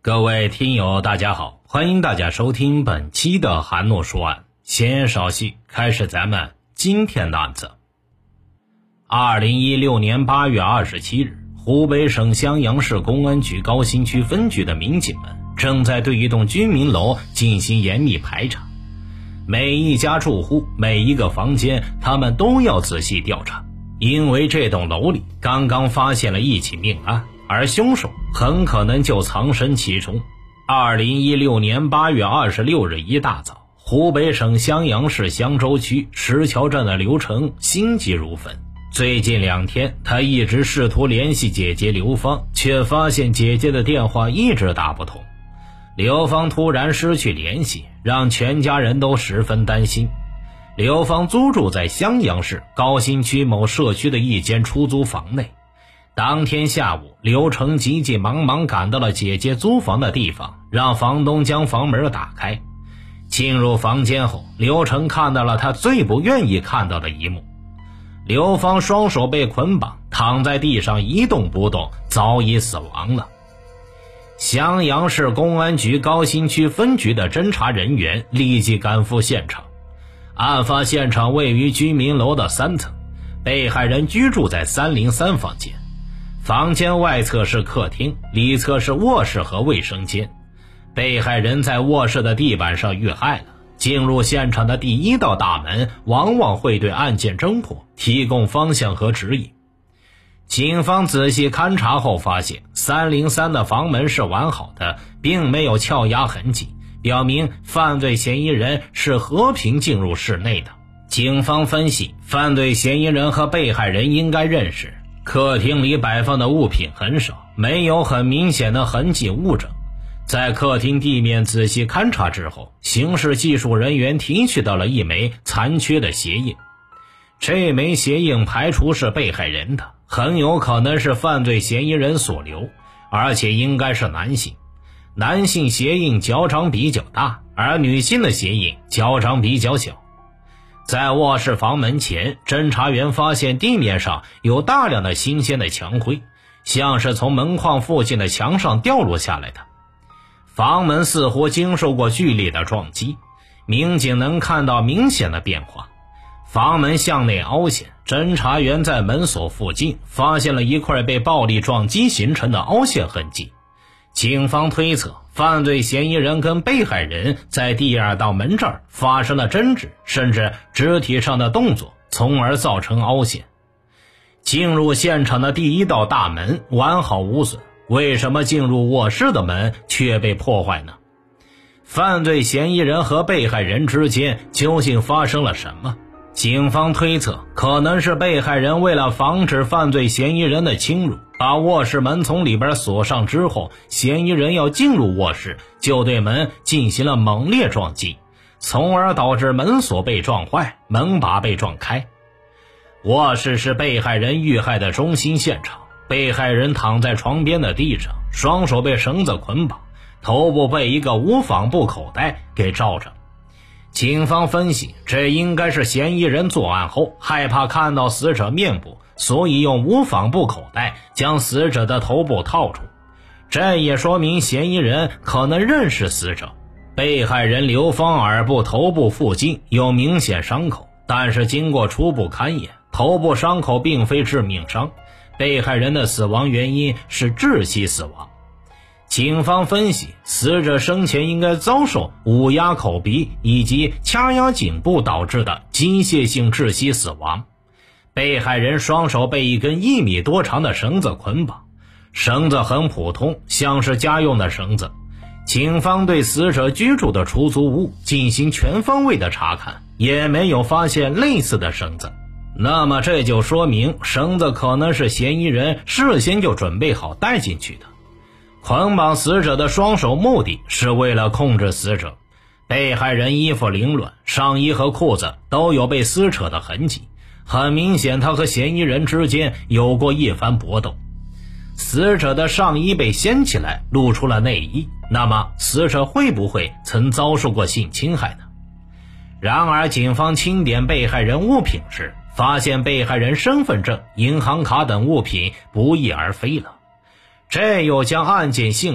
各位听友大家好，欢迎大家收听本期的韩诺说案。闲言少叙，开始咱们今天的案子。2016年8月27日，湖北省襄阳市公安局高新区分局的民警们正在对一栋居民楼进行严密排查，每一家住户每一个房间他们都要仔细调查，因为这栋楼里刚刚发现了一起命案，而凶手很可能就藏身其中。2016年8月26日一大早，湖北省襄阳市襄州区石桥镇的刘成心急如焚。最近2天，他一直试图联系姐姐刘芳，却发现姐姐的电话一直打不通。刘芳突然失去联系，让全家人都十分担心。刘芳租住在襄阳市高新区某社区的一间出租房内。当天下午，刘成急急忙忙赶到了姐姐租房的地方，让房东将房门打开。进入房间后，刘成看到了他最不愿意看到的一幕。刘芳双手被捆绑，躺在地上一动不动，早已死亡了。襄阳市公安局高新区分局的侦查人员立即赶赴现场。案发现场位于居民楼的3层，被害人居住在303房间。房间外侧是客厅，里侧是卧室和卫生间。被害人在卧室的地板上遇害了。进入现场的第一道大门往往会对案件侦破提供方向和指引。警方仔细勘查后发现303的房门是完好的，并没有撬压痕迹，表明犯罪嫌疑人是和平进入室内的。警方分析，犯罪嫌疑人和被害人应该认识。客厅里摆放的物品很少，没有很明显的痕迹物证。在客厅地面仔细勘查之后，刑事技术人员提取到了一枚残缺的鞋印。这枚鞋印排除是被害人的，很有可能是犯罪嫌疑人所留，而且应该是男性。男性鞋印脚掌比较大，而女性的鞋印脚掌比较小。在卧室房门前，侦查员发现地面上有大量的新鲜的墙灰，像是从门框附近的墙上掉落下来的。房门似乎经受过剧烈的撞击，民警能看到明显的变化。房门向内凹陷，侦查员在门锁附近发现了一块被暴力撞击形成的凹陷痕迹。警方推测，犯罪嫌疑人跟被害人在第2道门这儿发生了争执，甚至肢体上的动作，从而造成凹陷。进入现场的第1道大门完好无损，为什么进入卧室的门却被破坏呢？犯罪嫌疑人和被害人之间究竟发生了什么？警方推测，可能是被害人为了防止犯罪嫌疑人的侵入，把卧室门从里边锁上之后，嫌疑人要进入卧室，就对门进行了猛烈撞击，从而导致门锁被撞坏，门把被撞开。卧室是被害人遇害的中心现场，被害人躺在床边的地上，双手被绳子捆绑，头部被一个无纺布口袋给罩着。警方分析，这应该是嫌疑人作案后害怕看到死者面部，所以用无纺布口袋将死者的头部套住。这也说明嫌疑人可能认识死者。被害人刘芳耳部、头部附近有明显伤口，但是经过初步勘验，头部伤口并非致命伤，被害人的死亡原因是窒息死亡。警方分析，死者生前应该遭受捂压口鼻以及掐压颈部导致的机械性窒息死亡。被害人双手被一根1米多长的绳子捆绑，绳子很普通，像是家用的绳子。警方对死者居住的出租屋进行全方位的查看，也没有发现类似的绳子。那么这就说明绳子可能是嫌疑人事先就准备好带进去的。捆绑死者的双手目的是为了控制死者。被害人衣服凌乱，上衣和裤子都有被撕扯的痕迹，很明显他和嫌疑人之间有过一番搏斗。死者的上衣被掀起来，露出了内衣，那么死者会不会曾遭受过性侵害呢？然而警方清点被害人物品时，发现被害人身份证、银行卡等物品不翼而飞了。这又将案件性质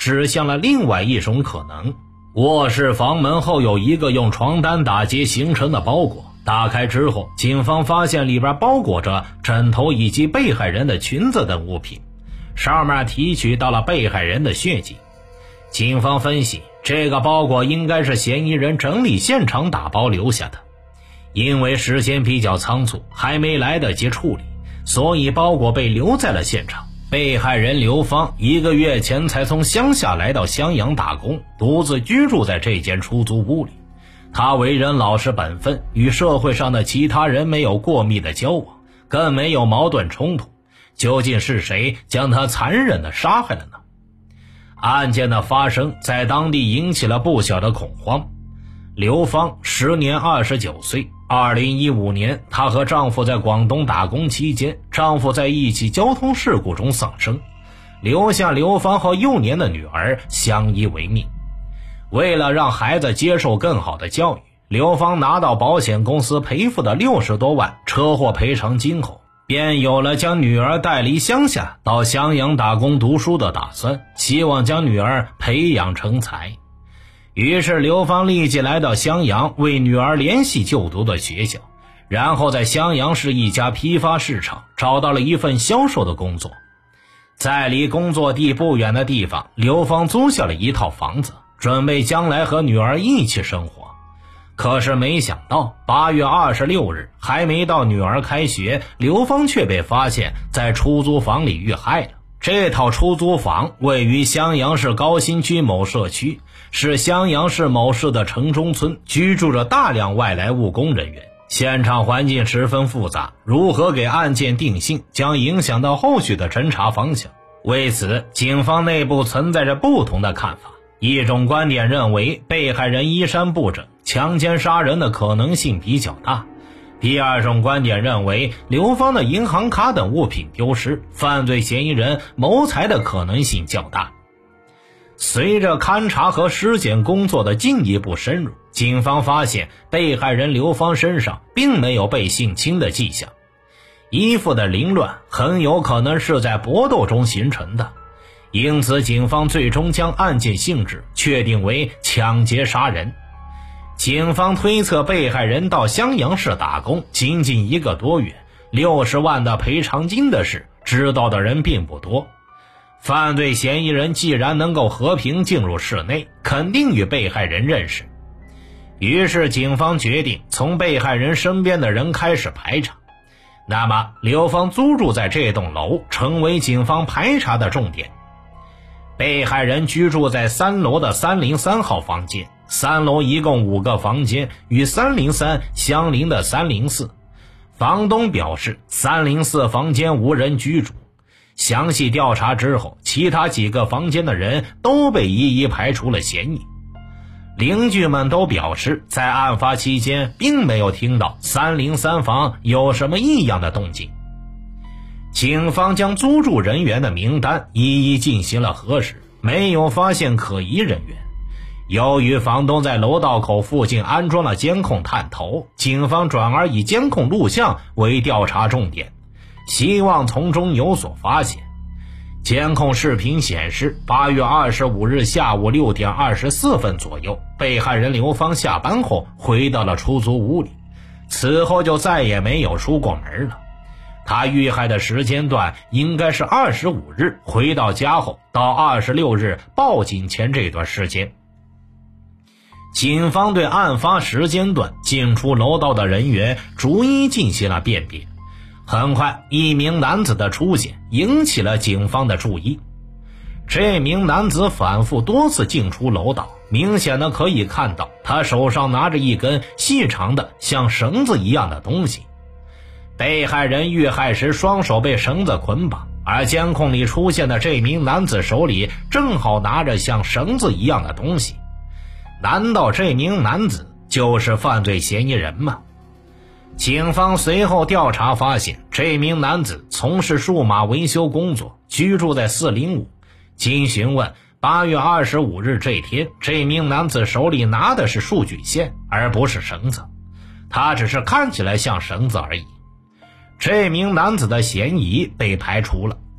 指向了另外一种可能。卧室房门后有一个用床单打结形成的包裹，打开之后，警方发现里边包裹着枕头以及被害人的裙子等物品，上面提取到了被害人的血迹。警方分析，这个包裹应该是嫌疑人整理现场打包留下的，因为时间比较仓促，还没来得及处理，所以包裹被留在了现场。被害人刘芳1个月前才从乡下来到襄阳打工，独自居住在这间出租屋里。他为人老实本分，与社会上的其他人没有过密的交往，更没有矛盾冲突。究竟是谁将他残忍地杀害了呢？案件的发生在当地引起了不小的恐慌。刘芳时年29岁，2015年她和丈夫在广东打工期间，丈夫在一起交通事故中丧生，留下刘芳和幼年的女儿相依为命。为了让孩子接受更好的教育，刘芳拿到保险公司赔付的60多万车祸赔偿金后，便有了将女儿带离乡下到襄阳打工读书的打算，希望将女儿培养成才。于是刘芳立即来到襄阳，为女儿联系就读的学校，然后在襄阳市一家批发市场找到了一份销售的工作。在离工作地不远的地方，刘芳租下了一套房子，准备将来和女儿一起生活。可是没想到8月26日还没到女儿开学，刘芳却被发现在出租房里遇害了。这套出租房位于襄阳市高新区某社区，是襄阳市某市的城中村，居住着大量外来务工人员。现场环境十分复杂，如何给案件定性将影响到后续的侦查方向。为此，警方内部存在着不同的看法。一种观点认为被害人衣衫不整，强奸杀人的可能性比较大。第二种观点认为刘芳的银行卡等物品丢失，犯罪嫌疑人谋财的可能性较大。随着勘查和尸检工作的进一步深入，警方发现被害人刘芳身上并没有被性侵的迹象，衣服的凌乱很有可能是在搏斗中形成的，因此警方最终将案件性质确定为抢劫杀人。警方推测被害人到襄阳市打工仅仅1个多月，60万的赔偿金的事知道的人并不多。犯罪嫌疑人既然能够和平进入室内，肯定与被害人认识。于是警方决定从被害人身边的人开始排查。那么刘芳租住在这栋楼成为警方排查的重点。被害人居住在3楼的303号房间，3楼一共5个房间，与303相邻的304。房东表示304房间无人居住。详细调查之后，其他几个房间的人都被一一排除了嫌疑。邻居们都表示，在案发期间并没有听到303房有什么异样的动静。警方将租住人员的名单一一进行了核实，没有发现可疑人员。由于房东在楼道口附近安装了监控探头，警方转而以监控录像为调查重点，希望从中有所发现。监控视频显示，8月25日下午6点24分左右，被害人刘芳下班后回到了出租屋里，此后就再也没有出过门了。他遇害的时间段应该是25日回到家后到26日报警前这段时间。警方对案发时间段进出楼道的人员逐一进行了辨别。很快，一名男子的出现引起了警方的注意。这名男子反复多次进出楼道，明显的可以看到他手上拿着一根细长的像绳子一样的东西。被害人遇害时双手被绳子捆绑，而监控里出现的这名男子手里正好拿着像绳子一样的东西。难道这名男子就是犯罪嫌疑人吗？警方随后调查发现，这名男子从事数码维修工作，居住在405。经询问，8月25日这天，这名男子手里拿的是数据线，而不是绳子，他只是看起来像绳子而已。这名男子的嫌疑被排除了，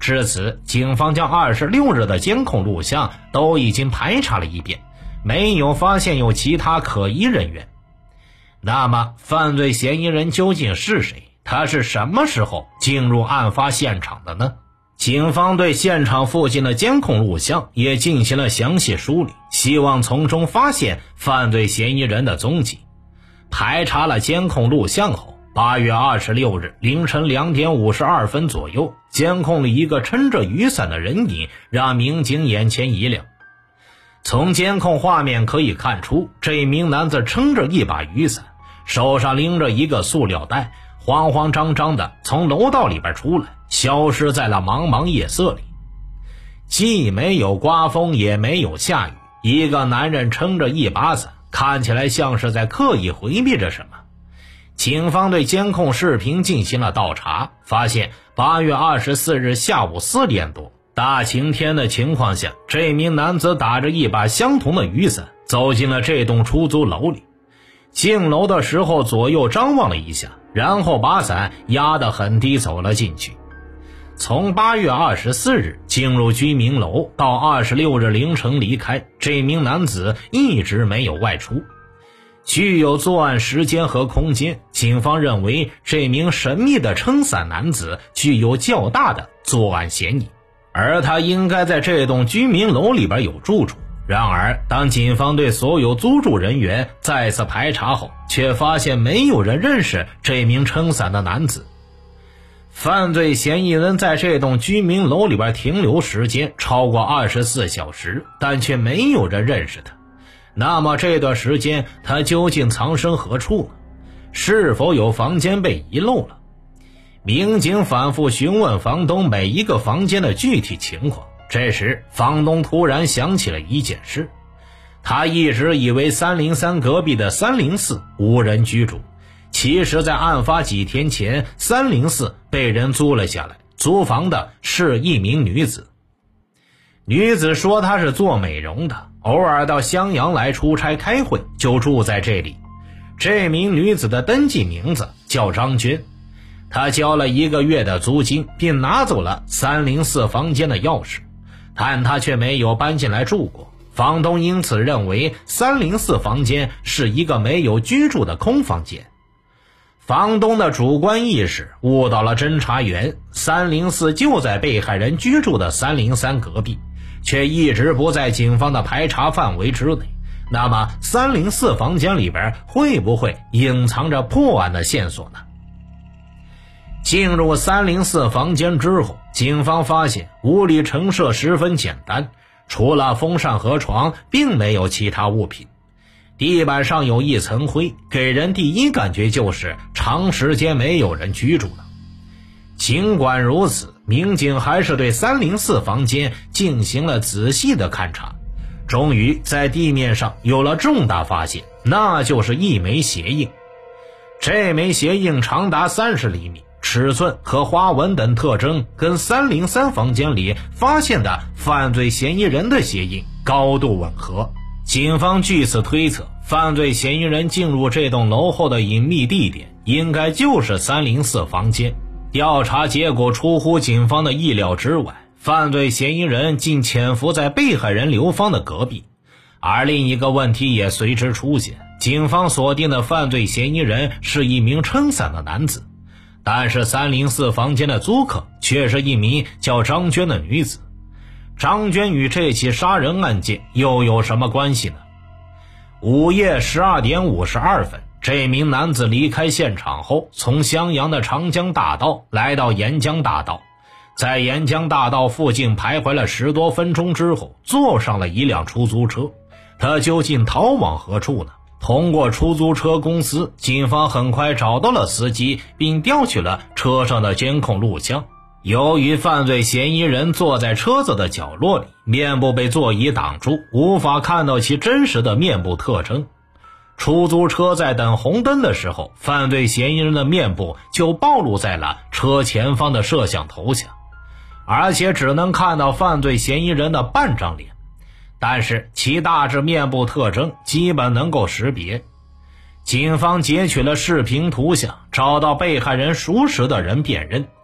至此，警方将26日的监控录像都已经排查了一遍，没有发现有其他可疑人员。那么，犯罪嫌疑人究竟是谁？他是什么时候进入案发现场的呢？警方对现场附近的监控录像也进行了详细梳理，希望从中发现犯罪嫌疑人的踪迹。排查了监控录像后，8月26日凌晨2点52分左右，监控里一个撑着雨伞的人影让民警眼前一亮。从监控画面可以看出，这名男子撑着一把雨伞，手上拎着一个塑料袋，慌慌张张地从楼道里边出来，消失在了茫茫夜色里。既没有刮风也没有下雨，一个男人撑着一把伞，看起来像是在刻意回避着什么。警方对监控视频进行了倒查，发现8月24日下午4点多，大晴天的情况下，这名男子打着一把相同的雨伞走进了这栋出租楼里。进楼的时候左右张望了一下，然后把伞压得很低走了进去。从8月24日进入居民楼到26日凌晨离开，这名男子一直没有外出。具有作案时间和空间，警方认为这名神秘的撑伞男子具有较大的作案嫌疑，而他应该在这栋居民楼里边有住处。然而，当警方对所有租住人员再次排查后，却发现没有人认识这名撑伞的男子。犯罪嫌疑人在这栋居民楼里边停留时间超过24小时，但却没有人认识他。那么这段时间他究竟藏身何处呢？是否有房间被遗漏了？民警反复询问房东每一个房间的具体情况。这时，房东突然想起了一件事，他一直以为303隔壁的304无人居住，其实在案发几天前，304被人租了下来，租房的是一名女子。女子说她是做美容的，偶尔到襄阳来出差开会，就住在这里。这名女子的登记名字叫张娟，她交了1个月的租金，并拿走了304房间的钥匙，但她却没有搬进来住过。房东因此认为304房间是一个没有居住的空房间。房东的主观意识误导了侦查员，304就在被害人居住的303隔壁，却一直不在警方的排查范围之内。那么304房间里边会不会隐藏着破案的线索呢？进入304房间之后，警方发现屋里陈设十分简单，除了风扇和床，并没有其他物品。地板上有一层灰，给人第一感觉就是长时间没有人居住了。尽管如此，民警还是对304房间进行了仔细的勘察，终于在地面上有了重大发现，那就是一枚鞋印。这枚鞋印长达30厘米，尺寸和花纹等特征跟303房间里发现的犯罪嫌疑人的鞋印高度吻合。警方据此推测，犯罪嫌疑人进入这栋楼后的隐秘地点应该就是304房间。调查结果出乎警方的意料之外，犯罪嫌疑人竟潜伏在被害人刘芳的隔壁。而另一个问题也随之出现，警方锁定的犯罪嫌疑人是一名撑伞的男子，但是304房间的租客却是一名叫张娟的女子。张娟与这起杀人案件又有什么关系呢？午夜12点52分，这名男子离开现场后，从襄阳的长江大道来到沿江大道，在沿江大道附近徘徊了10多分钟之后，坐上了一辆出租车。他究竟逃往何处呢？通过出租车公司，警方很快找到了司机，并调取了车上的监控录像。由于犯罪嫌疑人坐在车子的角落里，面部被座椅挡住，无法看到其真实的面部特征。出租车在等红灯的时候，犯罪嫌疑人的面部就暴露在了车前方的摄像头下，而且只能看到犯罪嫌疑人的半张脸，但是其大致面部特征基本能够识别。警方截取了视频图像，找到被害人熟识的人辨认。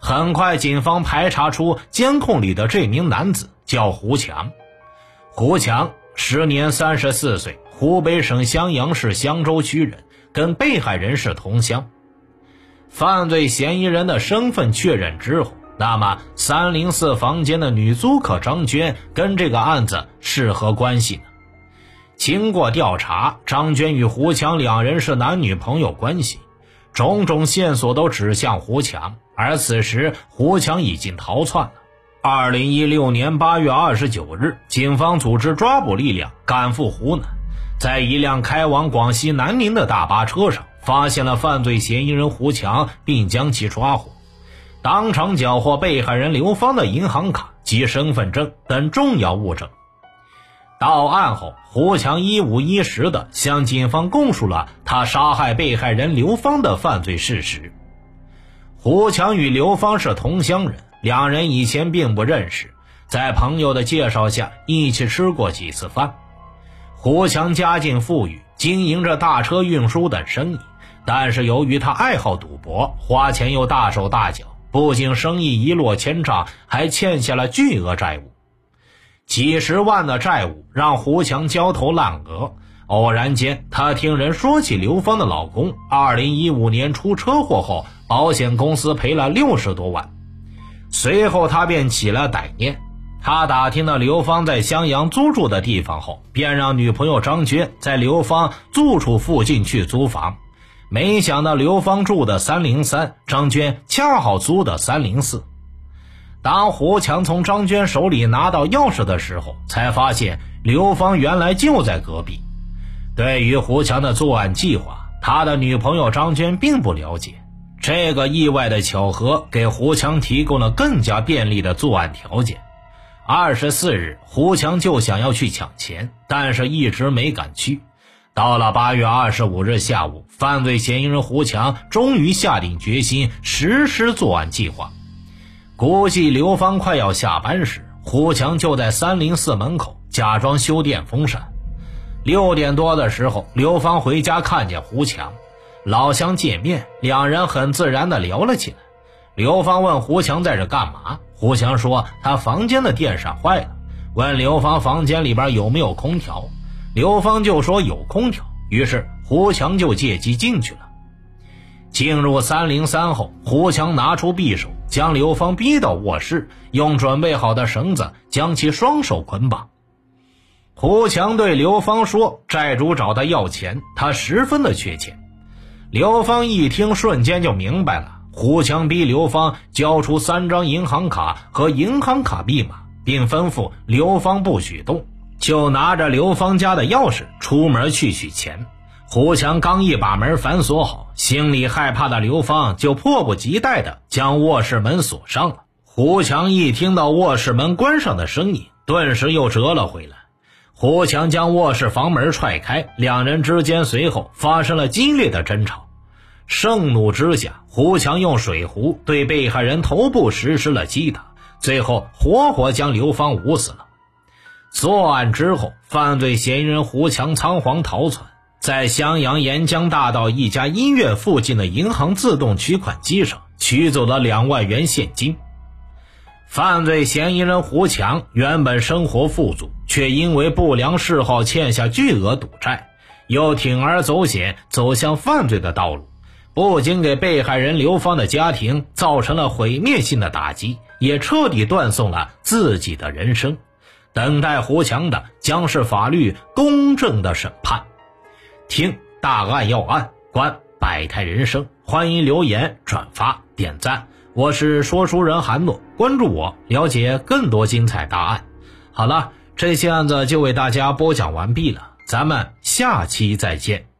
很快警方排查出监控里的这名男子叫胡强。胡强时年34岁，湖北省襄阳市襄州区人，跟被害人是同乡。犯罪嫌疑人的身份确认之后，那么304房间的女租客张娟跟这个案子是何关系呢？经过调查，张娟与胡强两人是男女朋友关系，种种线索都指向胡强，而此时胡强已经逃窜了。2016年8月29日，警方组织抓捕力量赶赴湖南，在一辆开往广西南宁的大巴车上发现了犯罪嫌疑人胡强，并将其抓获，当场缴获被害人刘芳的银行卡及身份证等重要物证。到案后，胡强一五一十地向警方供述了他杀害被害人刘芳的犯罪事实。胡强与刘芳是同乡人，两人以前并不认识，在朋友的介绍下一起吃过几次饭。胡强家境富裕，经营着大车运输等生意，但是由于他爱好赌博，花钱又大手大脚，不仅生意一落千丈，还欠下了巨额债务。几十万的债务让胡强焦头烂额。偶然间，他听人说起刘芳的老公2015年出车祸后，保险公司赔了60多万。随后他便起了歹念，他打听到刘芳在襄阳租住的地方后，便让女朋友张娟在刘芳住处附近去租房。没想到刘芳住的303，张娟恰好租的304。当胡强从张娟手里拿到钥匙的时候，才发现刘芳原来就在隔壁。对于胡强的作案计划，他的女朋友张娟并不了解。这个意外的巧合给胡强提供了更加便利的作案条件。24日，胡强就想要去抢钱，但是一直没敢去。到了8月25日下午，犯罪嫌疑人胡强终于下定决心实施作案计划。估计刘芳快要下班时，胡强就在304门口假装修电风扇。6点多的时候，刘芳回家看见胡强，老乡见面，两人很自然地聊了起来。刘芳问胡强在这干嘛，胡强说他房间的电扇坏了，问刘芳房间里边有没有空调，刘芳就说有空调，于是胡强就借机进去了。进入303后，胡强拿出匕首将刘芳逼到卧室，用准备好的绳子将其双手捆绑。胡强对刘芳说，债主找他要钱，他十分的缺钱。刘芳一听瞬间就明白了，胡强逼刘芳交出3张银行卡和银行卡密码，并吩咐刘芳不许动，就拿着刘芳家的钥匙出门去取钱。胡强刚一把门反锁好，心里害怕的刘芳就迫不及待地将卧室门锁上了。胡强一听到卧室门关上的声音，顿时又折了回来。胡强将卧室房门踹开，两人之间随后发生了激烈的争吵。盛怒之下，胡强用水壶对被害人头部实施了击打，最后活活将刘芳捂死了。作案之后，犯罪嫌疑人胡强仓皇逃窜，在襄阳沿江大道一家医院附近的银行自动取款机上取走了2万元现金。犯罪嫌疑人胡强原本生活富足，却因为不良嗜好欠下巨额赌债，又铤而走险走向犯罪的道路，不仅给被害人刘芳的家庭造成了毁灭性的打击，也彻底断送了自己的人生。等待胡强的将是法律公正的审判。听大案要案，观百态人生，欢迎留言转发点赞。我是说书人韩诺，关注我，了解更多精彩大案。好了，这期案子就为大家播讲完毕了，咱们下期再见。